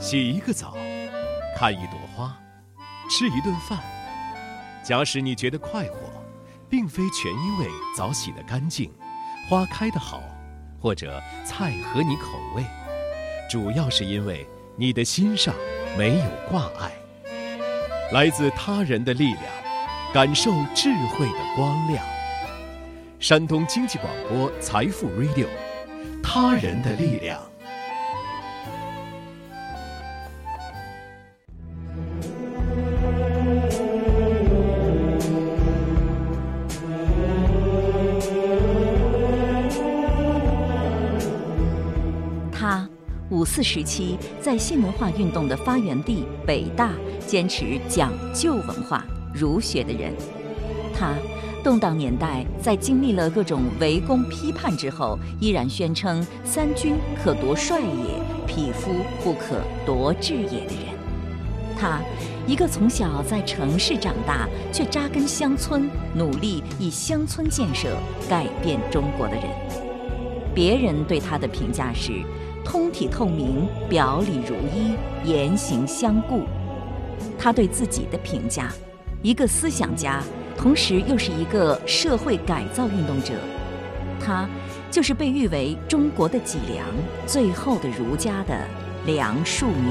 洗一个澡，看一朵花，吃一顿饭。假使你觉得快活，并非全因为澡洗得干净，花开得好，或者菜合你口味，主要是因为你的心上没有挂碍。来自他人的力量，感受智慧的光亮。山东经济广播财富 Radio， 他人的力量。 5·4时期在新文化运动的发源地北大坚持讲旧文化儒学的人。他动荡年代在经历了各种围攻批判之后，依然宣称三军可夺帅也，匹夫不可夺志也的人。他一个从小在城市长大却扎根乡村，努力以乡村建设改变中国的人。别人对他的评价是通体透明，表里如一，言行相顾。他对自己的评价，一个思想家，同时又是一个社会改造运动者。他就是被誉为中国的脊梁，最后的儒家的梁漱溟。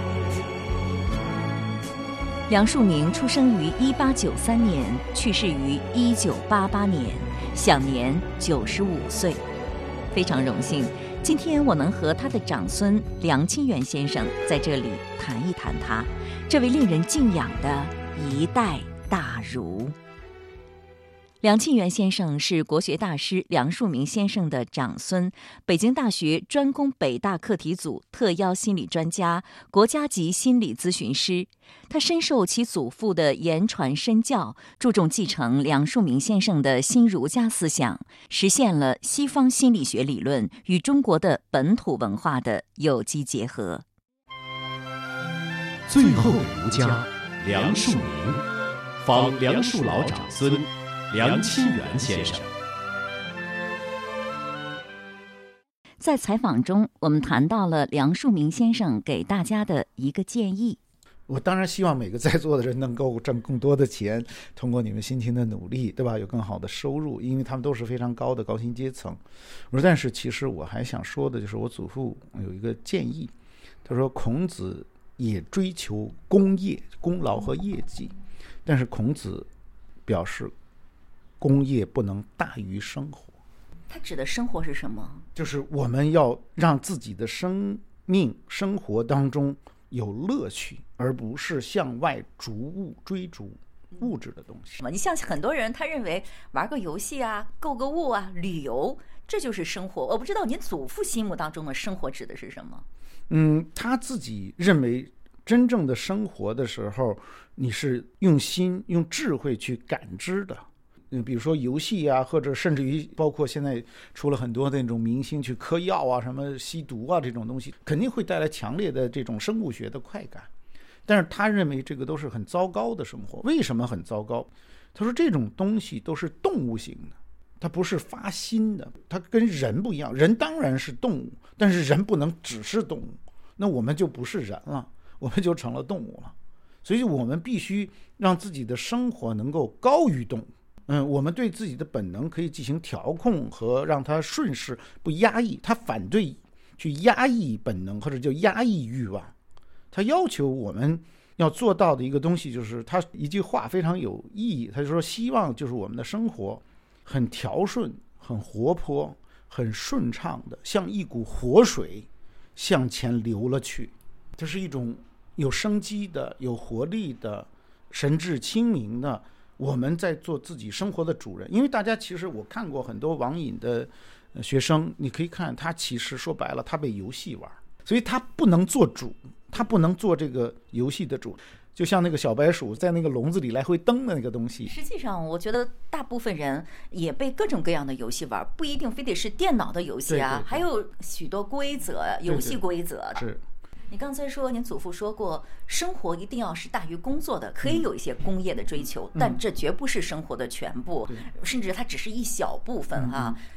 梁漱溟出生于1893年，去世于1988年，享年95岁。非常荣幸，今天我能和他的长孙梁清源先生在这里谈一谈他这位令人敬仰的一代大儒。梁清源先生是国学大师梁漱溟先生的长孙，北京大学专攻北大课题组特邀心理专家，国家级心理咨询师。他深受其祖父的言传身教，注重继承梁漱溟先生的新儒家思想，实现了西方心理学理论与中国的本土文化的有机结合。 最后的儒家梁漱溟，访梁漱老长孙梁清源先生。 在采访中，我们谈到了梁漱溟先生给大家的一个建议。 我当然希望每个在座的人能够挣更多的钱，通过你们辛勤的努力，对吧？有更好的收入，因为他们都是非常高的高薪阶层。我说，但是其实我还想说的就是，我祖父有一个建议，他说孔子也追求功业、功劳和业绩，但是孔子表示功业不能大于生活。 他指的生活是什么？ 就是我们要让自己的生命生活当中有乐趣，而不是向外追逐物质的东西。 你像很多人他认为玩个游戏啊，购个物啊，旅游，这就是生活。我不知道您祖父心目当中的生活指的是什么？ 他自己认为真正的生活的时候，你是用心用智慧去感知的。比如说游戏啊，或者甚至于包括现在出了很多那种明星去嗑药啊，什么吸毒啊，这种东西肯定会带来强烈的这种生物学的快感。但是他认为这个都是很糟糕的生活。为什么很糟糕？他说这种东西都是动物型的，它不是发心的，它跟人不一样。人当然是动物，但是人不能只是动物，那我们就不是人了，我们就成了动物了。所以我们必须让自己的生活能够高于动物。我们对自己的本能可以进行调控和让它顺势，不压抑。他反对去压抑本能，或者叫压抑欲望。他要求我们要做到的一个东西，就是他一句话非常有意义，他就说希望就是我们的生活很调顺、很活泼、很顺畅的，像一股活水向前流了去。这是一种有生机的、有活力的、神志清明的，我们在做自己生活的主人。因为大家其实我看过很多网瘾的学生，你可以看他其实说白了他被游戏玩，所以他不能做主，他不能做这个游戏的主。就像那个小白鼠在那个笼子里来回蹬的那个东西。 实际上我觉得大部分人也被各种各样的游戏玩，不一定非得是电脑的游戏啊，还有许多规则，游戏规则。 是你刚才说您祖父说过，生活一定要是大于工作的，可以有一些工业的追求，但这绝不是生活的全部，甚至它只是一小部分哈。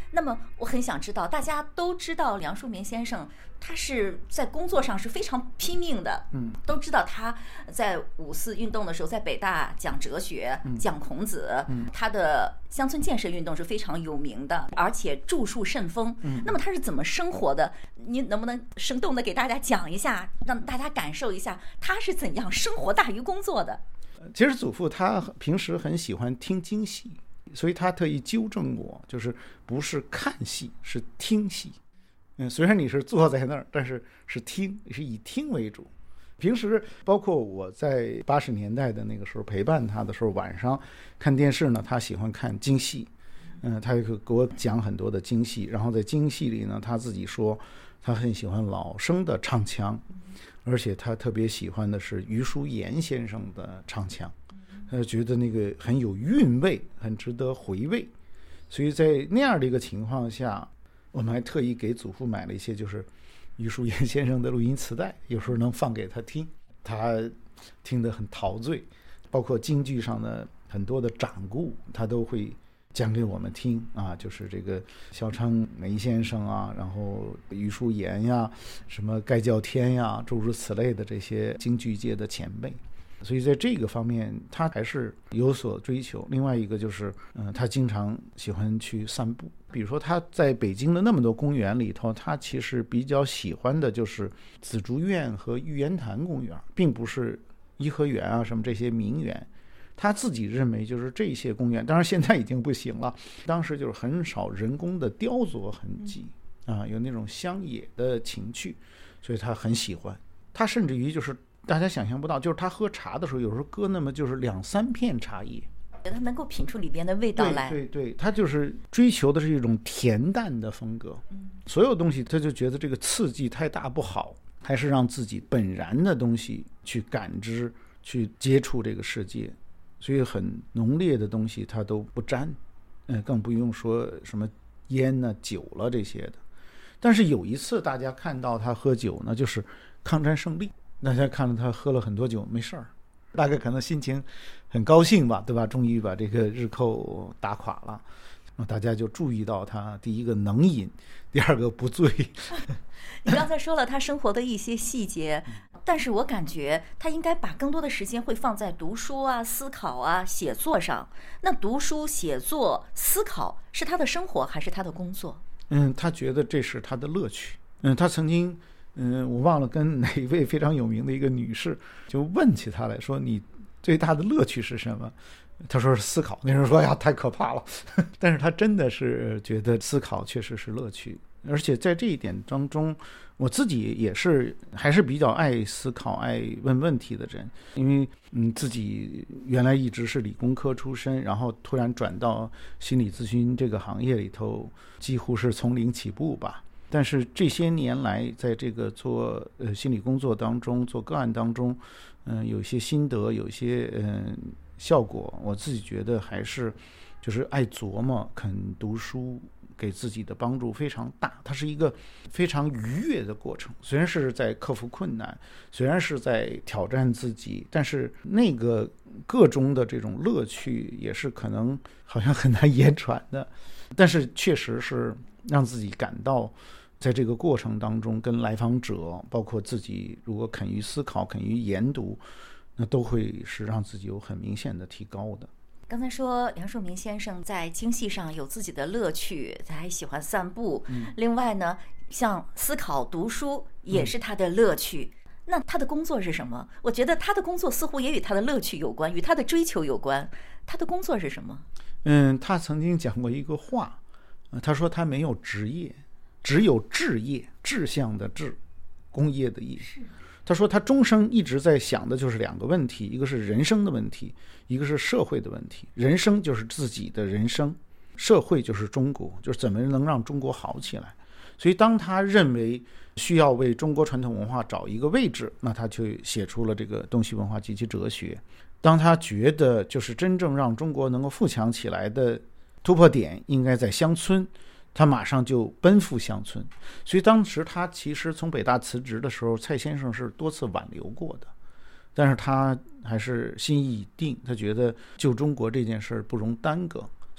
那么我很想知道，大家都知道梁漱溟先生他是在工作上是非常拼命的，都知道他在5·4运动的时候在北大讲哲学，讲孔子，他的乡村建设运动是非常有名的，而且著述甚丰。那么他是怎么生活的？您能不能生动的给大家讲一下，让大家感受一下他是怎样生活大于工作的？ 其实祖父他平时很喜欢听京戏，所以他特意纠正我，就是不是看戏，是听戏。虽然你是坐在那儿，但是是听，是以听为主。平时包括我在80年代的那个时候陪伴他的时候，晚上看电视呢，他喜欢看京戏，他就给我讲很多的京戏。然后在京戏里呢，他自己说他很喜欢老生的唱腔，而且他特别喜欢的是余叔岩先生的唱腔，觉得那个很有韵味，很值得回味。所以在那样的一个情况下，我们还特意给祖父买了一些就是余叔岩先生的录音磁带，有时候能放给他听，他听得很陶醉。包括京剧上的很多的掌故，他都会讲给我们听啊，就是这个萧昌梅先生啊，然后余叔岩呀，什么盖叫天呀，诸如此类的这些京剧界的前辈。所以在这个方面他还是有所追求。另外一个就是他经常喜欢去散步，比如说他在北京的那么多公园里头，他其实比较喜欢的就是紫竹院和玉渊潭公园，并不是颐和园啊什么这些名园。他自己认为就是这些公园，当然现在已经不行了，当时就是很少人工的雕琢痕迹啊，有那种乡野的情趣，所以他很喜欢。他甚至于就是大家想象不到，就是他喝茶的时候有时候搁那么就是2-3片茶叶， 他能够品出里边的味道来。 对，他就是追求的是一种恬淡的风格。所有东西他就觉得这个刺激太大不好，还是让自己本然的东西去感知，去接触这个世界。所以很浓烈的东西他都不沾，更不用说什么烟呢、酒了这些的。但是有一次大家看到他喝酒呢，就是抗战胜利，大家看到他喝了很多酒没事儿，大概可能心情很高兴吧，对吧？终于把这个日寇打垮了，大家就注意到他第一个能饮，第二个不醉。 你刚才说了他生活的一些细节，但是我感觉他应该把更多的时间会放在读书啊、思考啊、写作上。那读书、写作、思考是他的生活还是他的工作？ 他觉得这是他的乐趣。他曾经我忘了跟哪一位非常有名的一个女士就问起他来说，你最大的乐趣是什么？他说是思考。那人说呀，太可怕了。但是他真的是觉得思考确实是乐趣。而且在这一点当中，我自己也是还是比较爱思考、爱问问题的人。因为自己原来一直是理工科出身，然后突然转到心理咨询这个行业里头，几乎是从零起步吧。但是这些年来，在这个做心理工作当中，做个案当中，有一些心得，有一些效果，我自己觉得还是就是爱琢磨、肯读书，给自己的帮助非常大。它是一个非常愉悦的过程，虽然是在克服困难，虽然是在挑战自己，但是那个个中的这种乐趣也是可能好像很难言传的，但是确实是让自己感到在这个过程当中，跟来访者包括自己如果肯于思考、肯于研读，那都会是让自己有很明显的提高的。 刚才说梁漱溟先生在京戏上有自己的乐趣，他还喜欢散步，另外呢，像思考、读书也是他的乐趣。那他的工作是什么？我觉得他的工作似乎也与他的乐趣有关，与他的追求有关。他的工作是什么？ 他曾经讲过一个话，他说他没有职业，只有志业，志向的志，工业的业。他说他终生一直在想的就是2个问题，一个是人生的问题，一个是社会的问题。人生就是自己的人生，社会就是中国，就是怎么能让中国好起来。所以当他认为需要为中国传统文化找一个位置，那他就写出了这个东西文化及其哲学。当他觉得就是真正让中国能够富强起来的突破点应该在乡村，他马上就奔赴乡村。所以当时他其实从北大辞职的时候，蔡先生是多次挽留过的，但是他还是心意已定，他觉得救中国这件事不容耽搁，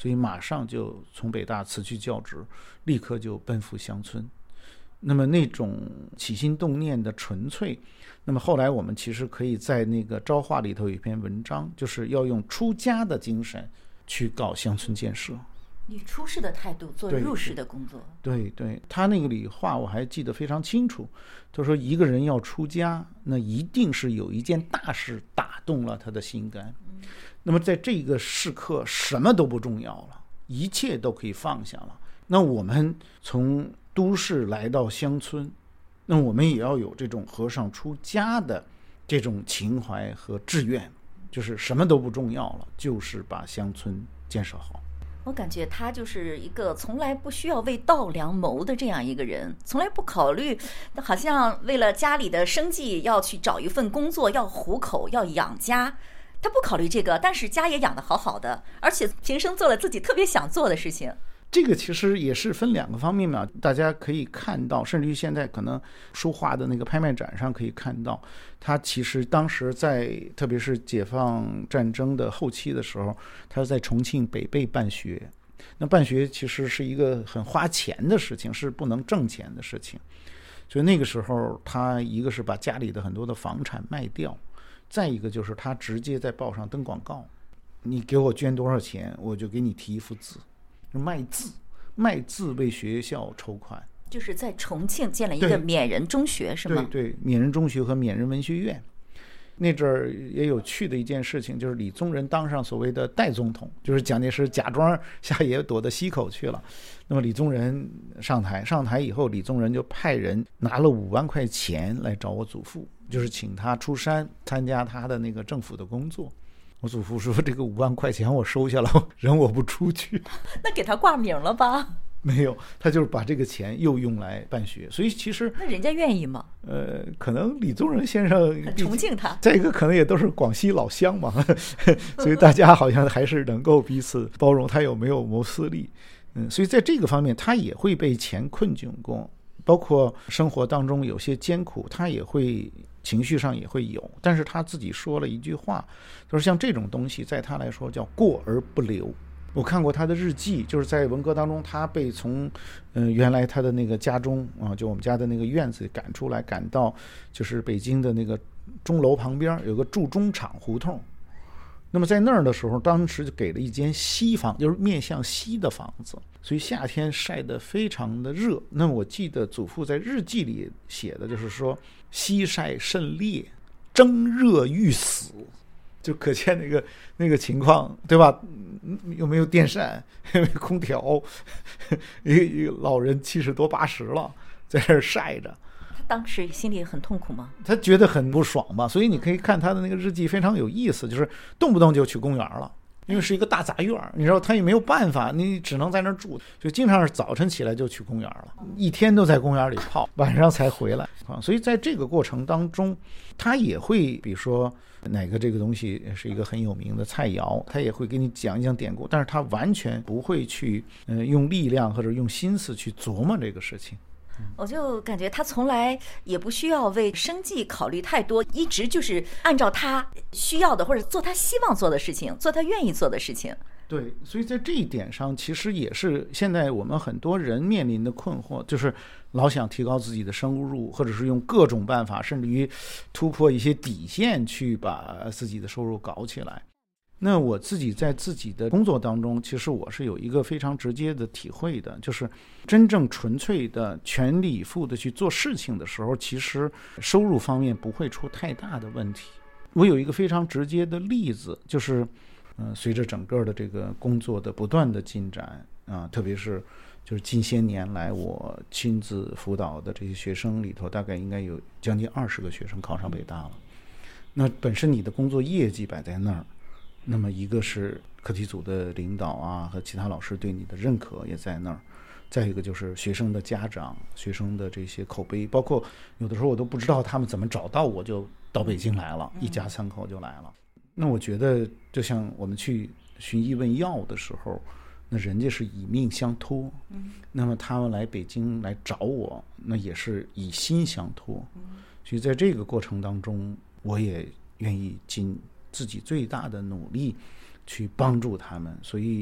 所以马上就从北大辞去教职，立刻就奔赴乡村。那么那种起心动念的纯粹，那么后来我们其实可以在那个昭化里头有一篇文章，就是要用出家的精神去搞乡村建设， 以出世的态度做入世的工作。 对，他那个里话我还记得非常清楚，他说一个人要出家，那一定是有一件大事打动了他的心肝。那么在这个时刻什么都不重要了，一切都可以放下了。那我们从都市来到乡村，那我们也要有这种和尚出家的这种情怀和志愿，就是什么都不重要了，就是把乡村建设好。 我感觉他就是一个从来不需要为稻粱谋的这样一个人，从来不考虑好像为了家里的生计要去找一份工作，要糊口，要养家，他不考虑这个，但是家也养得好好的，而且平生做了自己特别想做的事情。 这个其实也是分两个方面嘛，大家可以看到，甚至于现在可能书画的那个拍卖展上可以看到，他其实当时在特别是解放战争的后期的时候，他在重庆北碚办学。那办学其实是一个很花钱的事情，是不能挣钱的事情，所以那个时候他一个是把家里的很多的房产卖掉，再一个就是他直接在报上登广告，你给我捐多少钱，我就给你题一幅字，卖字为学校筹款。 就是在重庆建了一个勉人中学，是吗？ 对，勉人中学和勉人文学院。那阵儿也有趣的一件事情，就是李宗仁当上所谓的代总统，就是蒋介石假装下野躲到西口去了。那么李宗仁上台以后，李宗仁就派人拿了5万块钱来找我祖父，就是请他出山参加他的那个政府的工作。我祖父说这个5万块钱我收下了，人我不出去。 那给他挂名了吧？ 没有，他就是把这个钱又用来办学，所以其实那人家愿意吗？ 可能李宗仁先生很崇敬他， 再一个可能也都是广西老乡嘛，所以大家好像还是能够彼此包容，他有没有谋私利？所以在这个方面他也会被钱困窘过，包括生活当中有些艰苦，他也会情绪上也会有，但是他自己说了一句话，他说像这种东西在他来说叫过而不留。我看过他的日记，就是在文革当中，他被从原来他的那个家中啊，就我们家的那个院子赶出来，赶到就是北京的那个钟楼旁边有个铸钟厂胡同。那么在那儿的时候，当时就给了一间西房，就是面向西的房子，所以夏天晒得非常的热。那么我记得祖父在日记里写的就是说西晒甚烈，蒸热欲死，就可见那个情况，对吧？又没有电扇，又没有空调，一个老人70多80了，在这儿晒着。 他当时心里很痛苦吗？ 他觉得很不爽吧，所以你可以看他的那个日记非常有意思，就是动不动就去公园了，因为是一个大杂院，你知道他也没有办法，你只能在那儿住，就经常是早晨起来就去公园了，一天都在公园里泡，晚上才回来。所以在这个过程当中，他也会比如说哪个这个东西是一个很有名的菜肴，他也会给你讲一讲典故，但是他完全不会去用力量或者用心思去琢磨这个事情。 我就感觉他从来也不需要为生计考虑太多，一直就是按照他需要的或者做他希望做的事情，做他愿意做的事情。 对，所以在这一点上其实也是现在我们很多人面临的困惑，就是老想提高自己的收入，或者是用各种办法甚至于突破一些底线去把自己的收入搞起来。那我自己在自己的工作当中，其实我是有一个非常直接的体会的，就是真正纯粹的全力以赴的去做事情的时候，其实收入方面不会出太大的问题。我有一个非常直接的例子，就是随着整个的这个工作的不断的进展啊，特别是就是近些年来我亲自辅导的这些学生里头，大概应该有将近20个学生考上北大了。那本身你的工作业绩摆在那儿，那么一个是课题组的领导啊和其他老师对你的认可也在那儿，再一个就是学生的家长、学生的这些口碑，包括有的时候我都不知道他们怎么找到我，就到北京来了，一家3口就来了。那我觉得就像我们去寻医问药的时候，那人家是以命相托，那么他们来北京来找我，那也是以心相托。所以在这个过程当中，我也愿意尽自己最大的努力去帮助他们。所以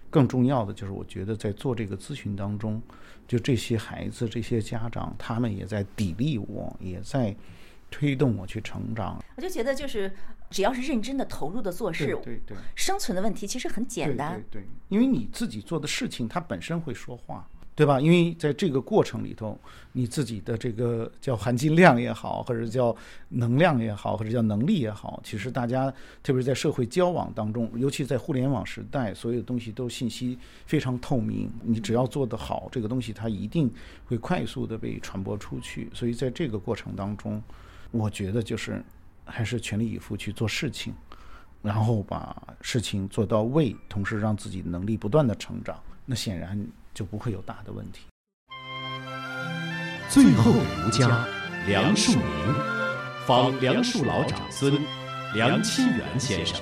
更重要的就是我觉得在做这个咨询当中，就这些孩子这些家长他们也在砥砺我，也在推动我去成长。 我就觉得就是只要是认真的投入的做事， 对， 生存的问题其实很简单。 对，因为你自己做的事情它本身会说话，对吧？因为在这个过程里头，你自己的这个叫含金量也好，或者叫能量也好，或者叫能力也好，其实大家特别是在社会交往当中，尤其在互联网时代，所有的东西都信息非常透明，你只要做得好，这个东西它一定会快速的被传播出去。所以在这个过程当中，我觉得就是还是全力以赴去做事情，然后把事情做到位，同时让自己能力不断的成长，那显然就不会有大的问题。 最后的儒家，梁漱溟，访梁漱老长孙梁清源先生。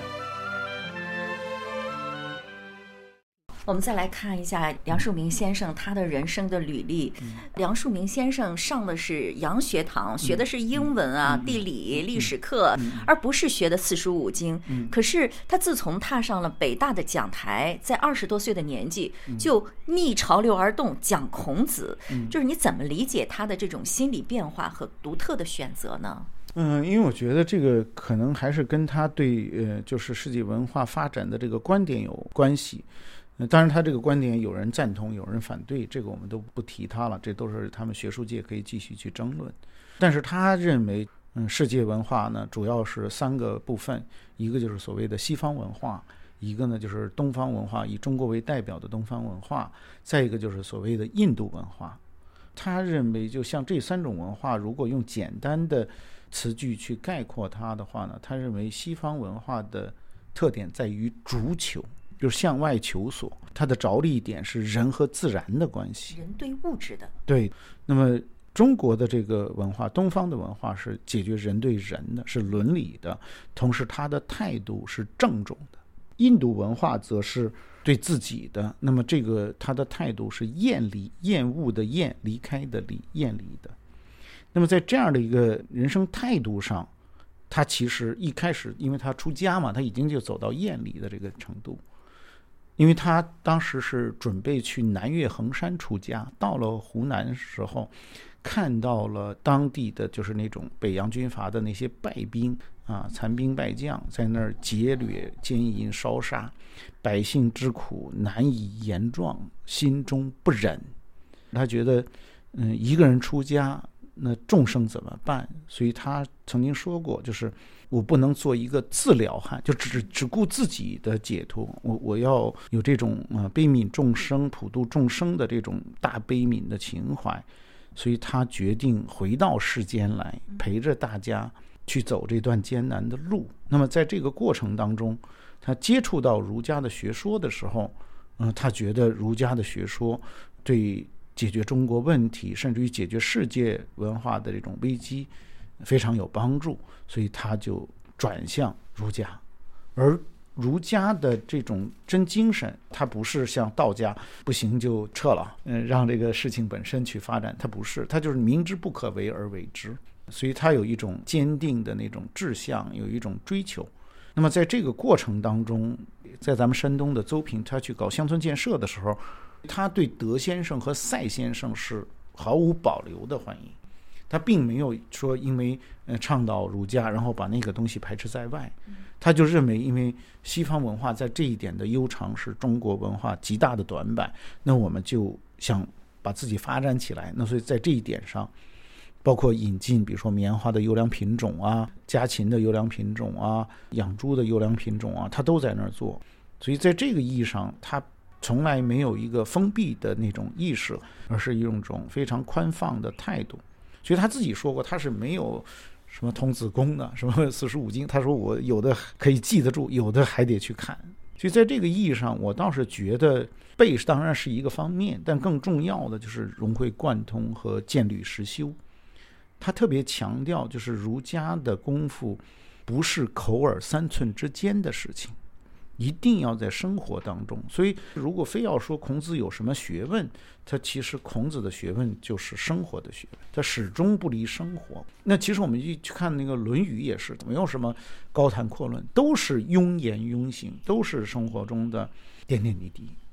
我们再来看一下梁漱溟先生他的人生的履历。梁漱溟先生上的是洋学堂，学的是英文啊、地理、历史课，而不是学的四书五经。可是他自从踏上了北大的讲台，在20多岁的年纪就逆潮流而动，讲孔子。就是你怎么理解他的这种心理变化和独特的选择呢？ 因为我觉得这个可能还是跟他对就是世界文化发展的这个观点有关系。当然他这个观点有人赞同有人反对，这个我们都不提他了，这都是他们学术界可以继续去争论。但是他认为世界文化呢主要是3个部分，一个就是所谓的西方文化，一个呢就是东方文化，以中国为代表的东方文化，再一个就是所谓的印度文化。他认为就像这3种文化，如果用简单的词句去概括它的话呢，他认为西方文化的特点在于逐求，就是向外求索，它的着力点是人和自然的关系， 人对物质的。 对，那么中国的这个文化，东方的文化是解决人对人的，是伦理的，同时它的态度是郑重的。印度文化则是对自己的，那么这个它的态度是厌离，厌恶的厌，离开的离，厌离的。那么在这样的一个人生态度上，他其实一开始因为他出家嘛，他已经就走到厌离的这个程度。因为他当时是准备去南岳衡山出家，到了湖南的时候，看到了当地的就是那种北洋军阀的那些败兵啊，残兵败将在那儿劫掠奸淫烧杀，百姓之苦难以言状，心中不忍。他觉得一个人出家，那众生怎么办？所以他曾经说过，就是我不能做一个自了汉，就只顾自己的解脱，我要有这种悲悯众生、普度众生的这种大悲悯的情怀。所以他决定回到世间来，陪着大家去走这段艰难的路。那么在这个过程当中，他接触到儒家的学说的时候，他觉得儒家的学说对解决中国问题，甚至于解决世界文化的这种危机非常有帮助，所以他就转向儒家。而儒家的这种真精神，它不是像道家不行就撤了，让这个事情本身去发展，它不是，它就是明知不可为而为之，所以它有一种坚定的那种志向，有一种追求。那么在这个过程当中，在咱们山东的邹平，他去搞乡村建设的时候，他对德先生和赛先生是毫无保留的欢迎，他并没有说因为倡导儒家然后把那个东西排斥在外，他就认为因为西方文化在这一点的悠长是中国文化极大的短板，那我们就想把自己发展起来。那所以在这一点上，包括引进比如说棉花的优良品种啊，家禽的优良品种啊，养猪的优良品种啊，他都在那儿做。所以在这个意义上，他从来没有一个封闭的那种意识，而是一种非常宽放的态度。所以他自己说过，他是没有什么童子功的，什么四书五经，他说我有的可以记得住，有的还得去看。所以在这个意义上，我倒是觉得背当然是一个方面，但更重要的就是融会贯通和见履实修。他特别强调，就是儒家的功夫不是口耳3寸之间的事情，一定要在生活当中。所以如果非要说孔子有什么学问，他其实孔子的学问就是生活的学问，他始终不离生活。那其实我们去看那个《论语》也是，没有什么高谈阔论，都是庸言庸行，都是生活中的点点滴滴。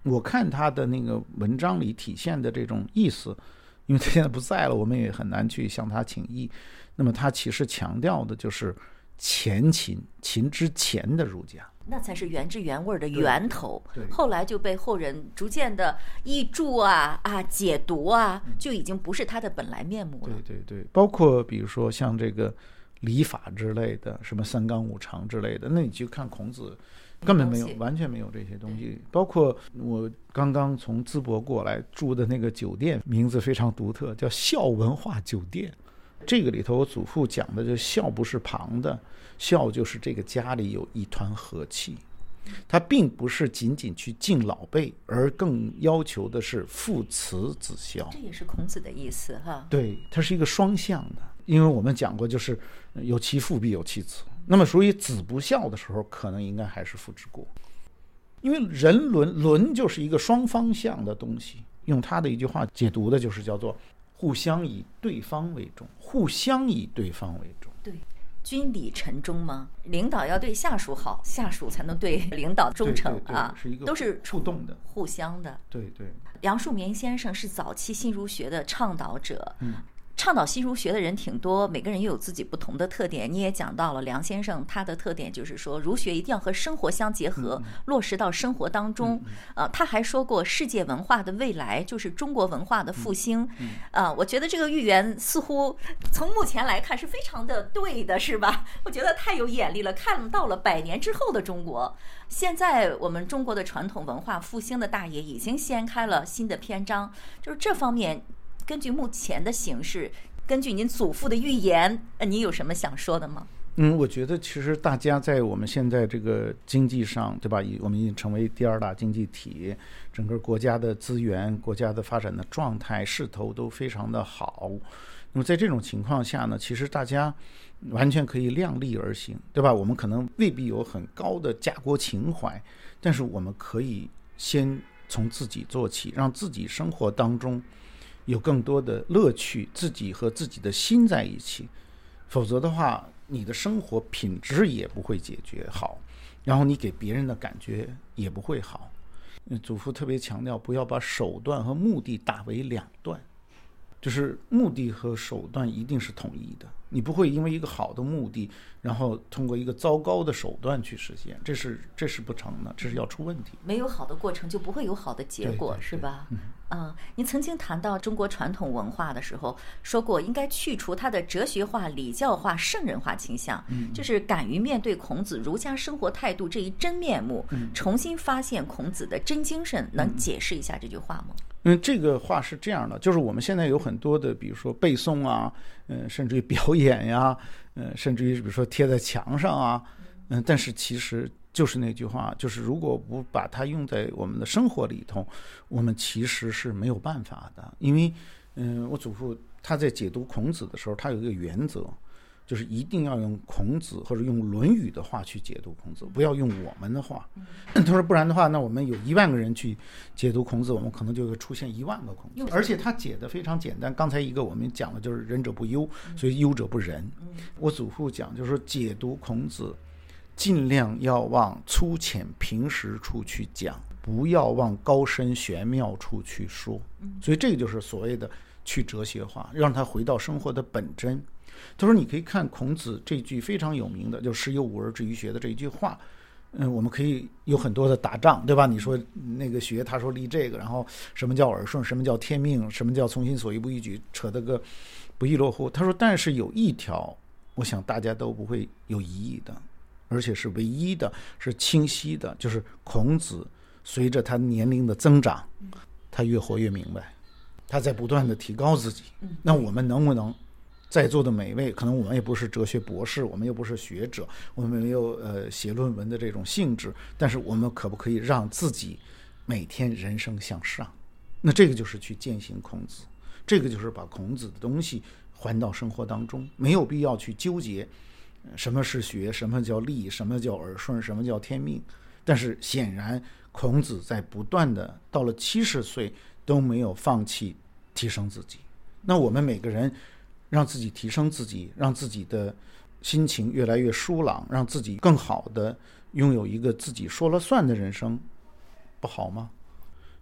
我看他的那个文章里体现的这种意思，因为他现在不在了，我们也很难去向他请益。那么他其实强调的就是前秦，秦之前的儒家， 那才是原汁原味的源头。 对， 后来就被后人逐渐的译注解读就已经不是他的本来面目了。 对，包括比如说像这个礼法之类的，什么三纲五常之类的，那你去看孔子根本没有，完全没有这些东西。包括我刚刚从淄博过来住的那个酒店，名字非常独特，叫孝文化酒店。这个里头我祖父讲的就孝不是旁的，孝就是这个家里有一团和气，他并不是仅仅去敬老辈，而更要求的是父慈子孝。 这也是孔子的意思哈。 对，它是一个双向的，因为我们讲过，就是有其父必有其子。那么所以子不孝的时候，可能应该还是父之过。因为人伦就是一个双方向的东西，用他的一句话解读的就是叫做互相以对方为重，互相以对方为重。 对，君礼臣忠吗？领导要对下属好，下属才能对领导忠诚是一个都是互动的、 互相的。 对。 梁漱溟先生是早期新儒学的倡导者。倡导新儒学的人挺多，每个人又有自己不同的特点。你也讲到了梁先生，他的特点就是说儒学一定要和生活相结合，落实到生活当中。他还说过世界文化的未来就是中国文化的复兴。我觉得这个预言似乎从目前来看是非常的对的，是吧？我觉得太有眼力了，看到了100年之后的中国。现在我们中国的传统文化复兴的大业已经掀开了新的篇章，就是这方面根据目前的形势，根据您祖父的预言，你有什么想说的吗？ 我觉得其实大家在我们现在这个经济上，对吧？我们已经成为第2大经济体，整个国家的资源、国家的发展的状态势头都非常的好。那么在这种情况下呢，其实大家完全可以量力而行，对吧？我们可能未必有很高的家国情怀，但是我们可以先从自己做起，让自己生活当中有更多的乐趣，自己和自己的心在一起。否则的话，你的生活品质也不会解决好，然后你给别人的感觉也不会好。祖父特别强调不要把手段和目的打为两段，就是目的和手段一定是统一的，你不会因为一个好的目的，然后通过一个糟糕的手段去实现，这是不成的，这是要出问题。 没有好的过程就不会有好的结果，是吧？您曾经谈到中国传统文化的时候说过，应该去除它的哲学化、礼教化、圣人化倾向，就是敢于面对孔子儒家生活态度这一真面目，重新发现孔子的真精神。能解释一下这句话吗？ 这个话是这样的，就是我们现在有很多的，比如说背诵啊，甚至于表演呀，甚至于比如说贴在墙上啊，但是其实就是那句话，就是如果不把它用在我们的生活里头，我们其实是没有办法的。因为我祖父他在解读孔子的时候，他有一个原则，就是一定要用孔子或者用《论语》的话去解读孔子，不要用我们的话。他说不然的话，那我们有1万个人去解读孔子，我们可能就会出现1万个孔子。而且他解的非常简单，刚才一个我们讲的就是仁者不忧，所以忧者不仁。我祖父讲就是说，解读孔子尽量要往粗浅平实处去讲，不要往高深玄妙处去说。所以这个就是所谓的去哲学化，让他回到生活的本真。他说你可以看孔子这句非常有名的，就时有五而志于学的这一句话。我们可以有很多的打仗，对吧？你说那个学，他说立这个，然后什么叫耳顺，什么叫天命，什么叫从心所欲不逾矩，扯得个不亦乐乎。他说但是有一条我想大家都不会有疑义的，而且是唯一的，是清晰的，就是孔子随着他年龄的增长，他越活越明白，他在不断的提高自己。那我们能不能在座的每位，可能我们也不是哲学博士，我们又不是学者，我们没有写论文的这种性质，但是我们可不可以让自己每天人生向上？那这个就是去践行孔子，这个就是把孔子的东西还到生活当中，没有必要去纠结什么是学，什么叫利，什么叫耳顺，什么叫天命。但是显然孔子在不断的到了70岁都没有放弃提升自己。那我们每个人让自己提升自己，让自己的心情越来越舒朗，让自己更好的拥有一个自己说了算的人生，不好吗？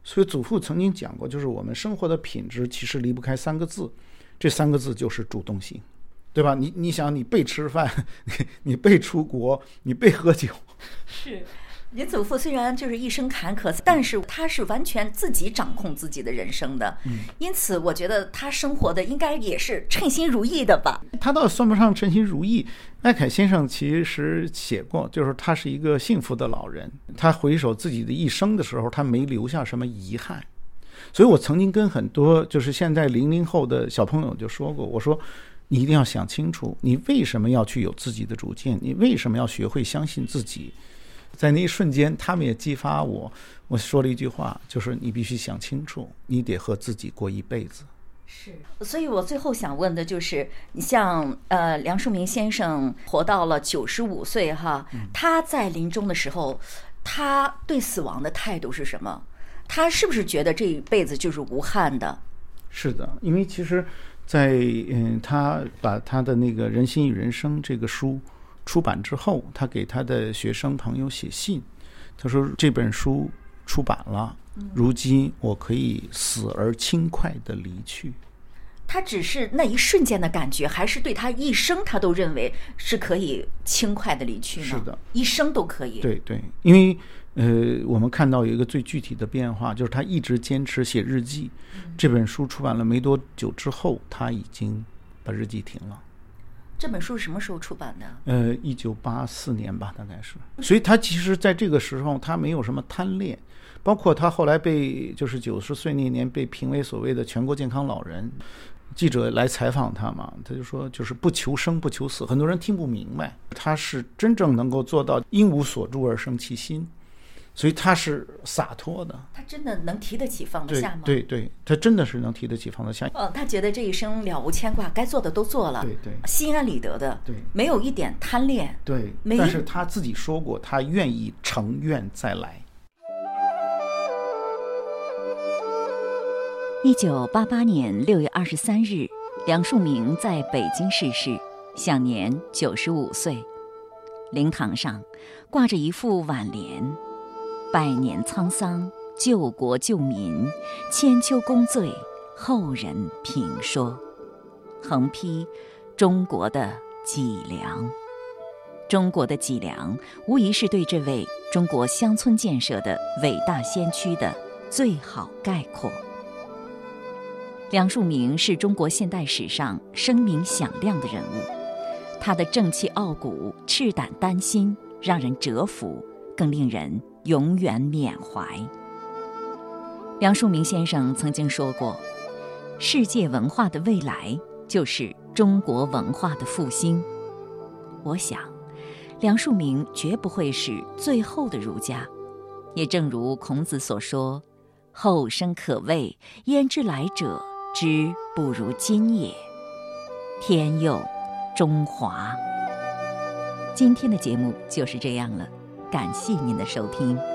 所以祖父曾经讲过，就是我们生活的品质其实离不开3个字，这3个字就是主动性，对吧？你想，你被吃饭，你被出国，你被喝酒， 是。你祖父虽然就是一生坎坷，但是他是完全自己掌控自己的人生的，因此我觉得他生活的应该也是称心如意的吧。 他倒算不上称心如意。艾凯先生其实写过，就是他是一个幸福的老人，他回首自己的一生的时候，他没留下什么遗憾。所以我曾经跟很多就是现在00后的小朋友就说过，我说你一定要想清楚，你为什么要去有自己的主见，你为什么要学会相信自己。在那一瞬间，他们也激发我说了一句话，就是你必须想清楚，你得和自己过一辈子。 是，所以我最后想问的就是，你像梁漱溟先生活到了95岁哈，他在临终的时候，他对死亡的态度是什么？他是不是觉得这一辈子就是无憾的？ 是的，因为其实在他把他的那个《人心与人生》这个书出版之后，他给他的学生朋友写信，他说这本书出版了，如今我可以死而轻快地离去。 他只是那一瞬间的感觉，还是对他一生他都认为是可以轻快地离去呢？ 是的， 一生都可以。 对对，因为我们看到有一个最具体的变化，就是他一直坚持写日记。这本书出版了没多久之后，他已经把日记停了。 这本书什么时候出版的 ？1984年吧，大概是。所以他其实在这个时候，他没有什么贪恋，包括他后来就是90岁那年被评为所谓的全国健康老人。记者来采访他嘛，他就说就是不求生不求死，很多人听不明白，他是真正能够做到因无所住而生其心。所以他是洒脱的， 他真的能提得起放得下吗？ 对对，他真的是能提得起放得下。 他觉得这一生了无牵挂，该做的都做了， 对对， 心安理得的， 对， 没有一点贪恋， 对。但是他自己说过，他愿意乘愿再来。 1988年6月23日，梁漱溟在北京逝世，享年95岁。灵堂上挂着一副挽联：百年沧桑，救国救民，千秋功罪，后人评说。横批：中国的脊梁。中国的脊梁无疑是对这位中国乡村建设的伟大先驱的最好概括。梁漱溟是中国现代史上声名响亮的人物，他的正气傲骨、赤胆丹心让人折服，更令人永远缅怀。梁漱溟先生曾经说过，世界文化的未来就是中国文化的复兴。我想梁漱溟绝不会是最后的儒家，也正如孔子所说，后生可畏，焉知来者之不如今也。天佑中华。今天的节目就是这样了，感谢您的收听。